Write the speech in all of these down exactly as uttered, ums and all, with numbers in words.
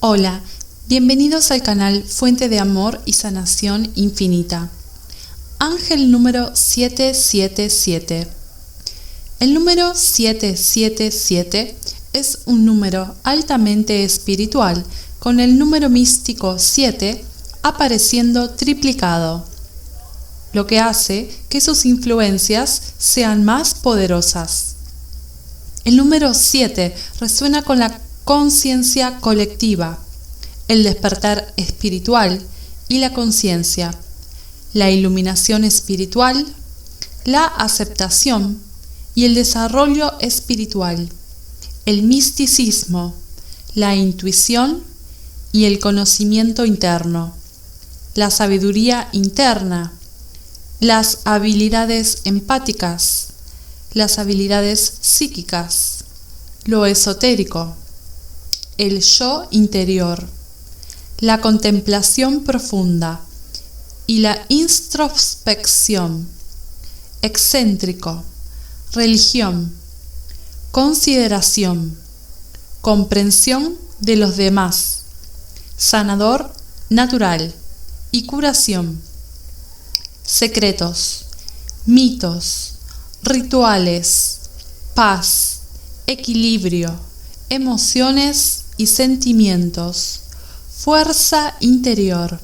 Hola, bienvenidos al canal Fuente de Amor y Sanación Infinita. Ángel número siete siete siete. El número siete siete siete es un número altamente espiritual, con el número místico siete apareciendo triplicado, lo que hace que sus influencias sean más poderosas. El número siete resuena con la conciencia colectiva, el despertar espiritual y la conciencia, la iluminación espiritual, la aceptación y el desarrollo espiritual, el misticismo, la intuición y el conocimiento interno, la sabiduría interna, las habilidades empáticas, las habilidades psíquicas, lo esotérico, el yo interior, la contemplación profunda y la introspección, excéntrico, religión, consideración, comprensión de los demás, sanador natural y curación, secretos, mitos, rituales, paz, equilibrio, emociones y sentimientos, fuerza interior,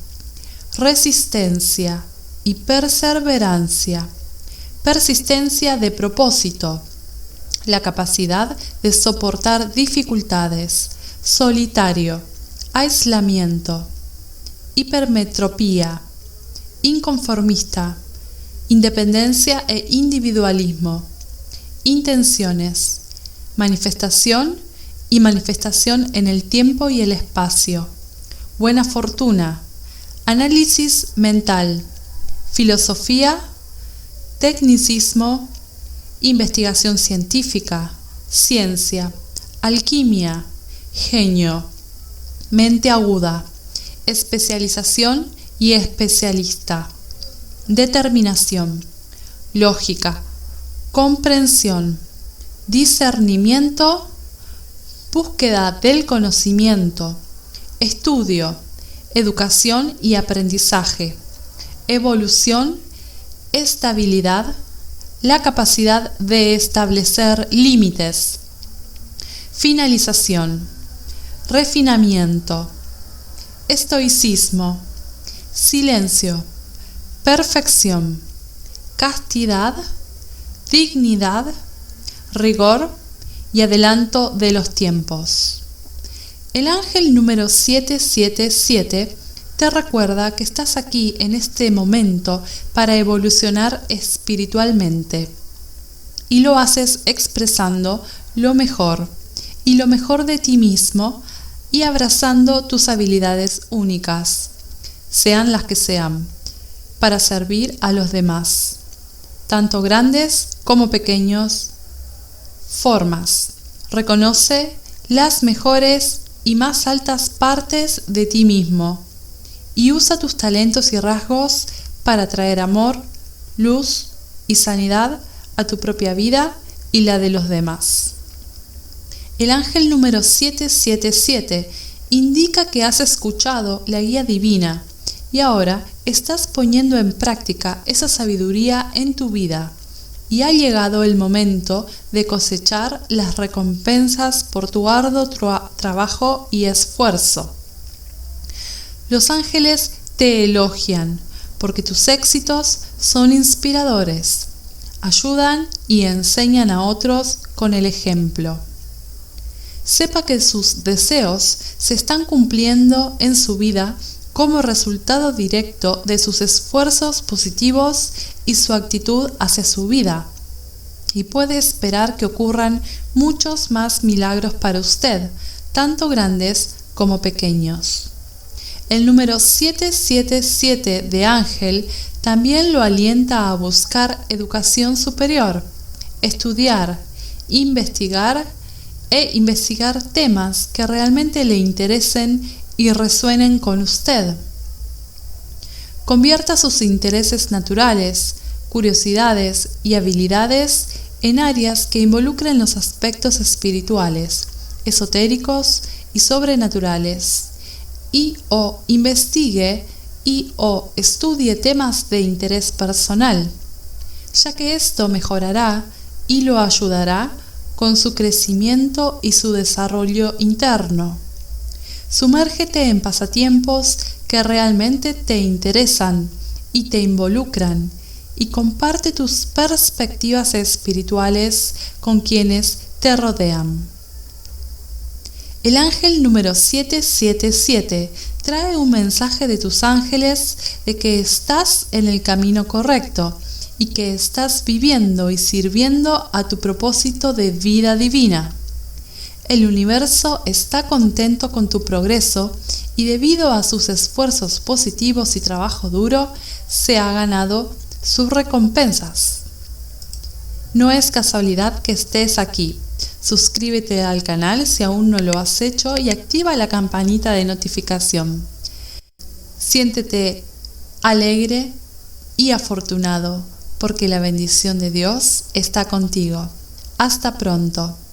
resistencia y perseverancia, persistencia de propósito, la capacidad de soportar dificultades, solitario, aislamiento, hipermetropía, inconformista, independencia e individualismo, intenciones, manifestación y manifestación en el tiempo y el espacio, buena fortuna, análisis mental, filosofía, tecnicismo, investigación científica, ciencia, alquimia, genio, mente aguda, especialización y especialista, determinación, lógica, comprensión, discernimiento, búsqueda del conocimiento, estudio, educación y aprendizaje, evolución, estabilidad, la capacidad de establecer límites, finalización, refinamiento, estoicismo, silencio, perfección, castidad, dignidad, rigor y adelanto de los tiempos. El ángel número siete siete siete te recuerda que estás aquí en este momento para evolucionar espiritualmente, y lo haces expresando lo mejor y lo mejor de ti mismo y abrazando tus habilidades únicas, sean las que sean, para servir a los demás, tanto grandes como pequeños formas. Reconoce las mejores y más altas partes de ti mismo y usa tus talentos y rasgos para traer amor, luz y sanidad a tu propia vida y la de los demás. El ángel número siete siete siete indica que has escuchado la guía divina y ahora estás poniendo en práctica esa sabiduría en tu vida. Y ha llegado el momento de cosechar las recompensas por tu arduo tra- trabajo y esfuerzo. Los ángeles te elogian porque tus éxitos son inspiradores, ayudan y enseñan a otros con el ejemplo. Sepa que sus deseos se están cumpliendo en su vida como resultado directo de sus esfuerzos positivos y su actitud hacia su vida, y puede esperar que ocurran muchos más milagros para usted, tanto grandes como pequeños. El número siete siete siete de Ángel también lo alienta a buscar educación superior, estudiar, investigar e investigar temas que realmente le interesen y resuenen con usted. Convierta sus intereses naturales, curiosidades y habilidades en áreas que involucren los aspectos espirituales, esotéricos y sobrenaturales, y o investigue y o estudie temas de interés personal, ya que esto mejorará y lo ayudará con su crecimiento y su desarrollo interno. Sumérgete en pasatiempos que realmente te interesan y te involucran, y comparte tus perspectivas espirituales con quienes te rodean. El ángel número siete siete siete trae un mensaje de tus ángeles de que estás en el camino correcto y que estás viviendo y sirviendo a tu propósito de vida divina. El universo está contento con tu progreso y debido a sus esfuerzos positivos y trabajo duro, se ha ganado sus recompensas. No es casualidad que estés aquí. Suscríbete al canal si aún no lo has hecho y activa la campanita de notificación. Siéntete alegre y afortunado porque la bendición de Dios está contigo. Hasta pronto.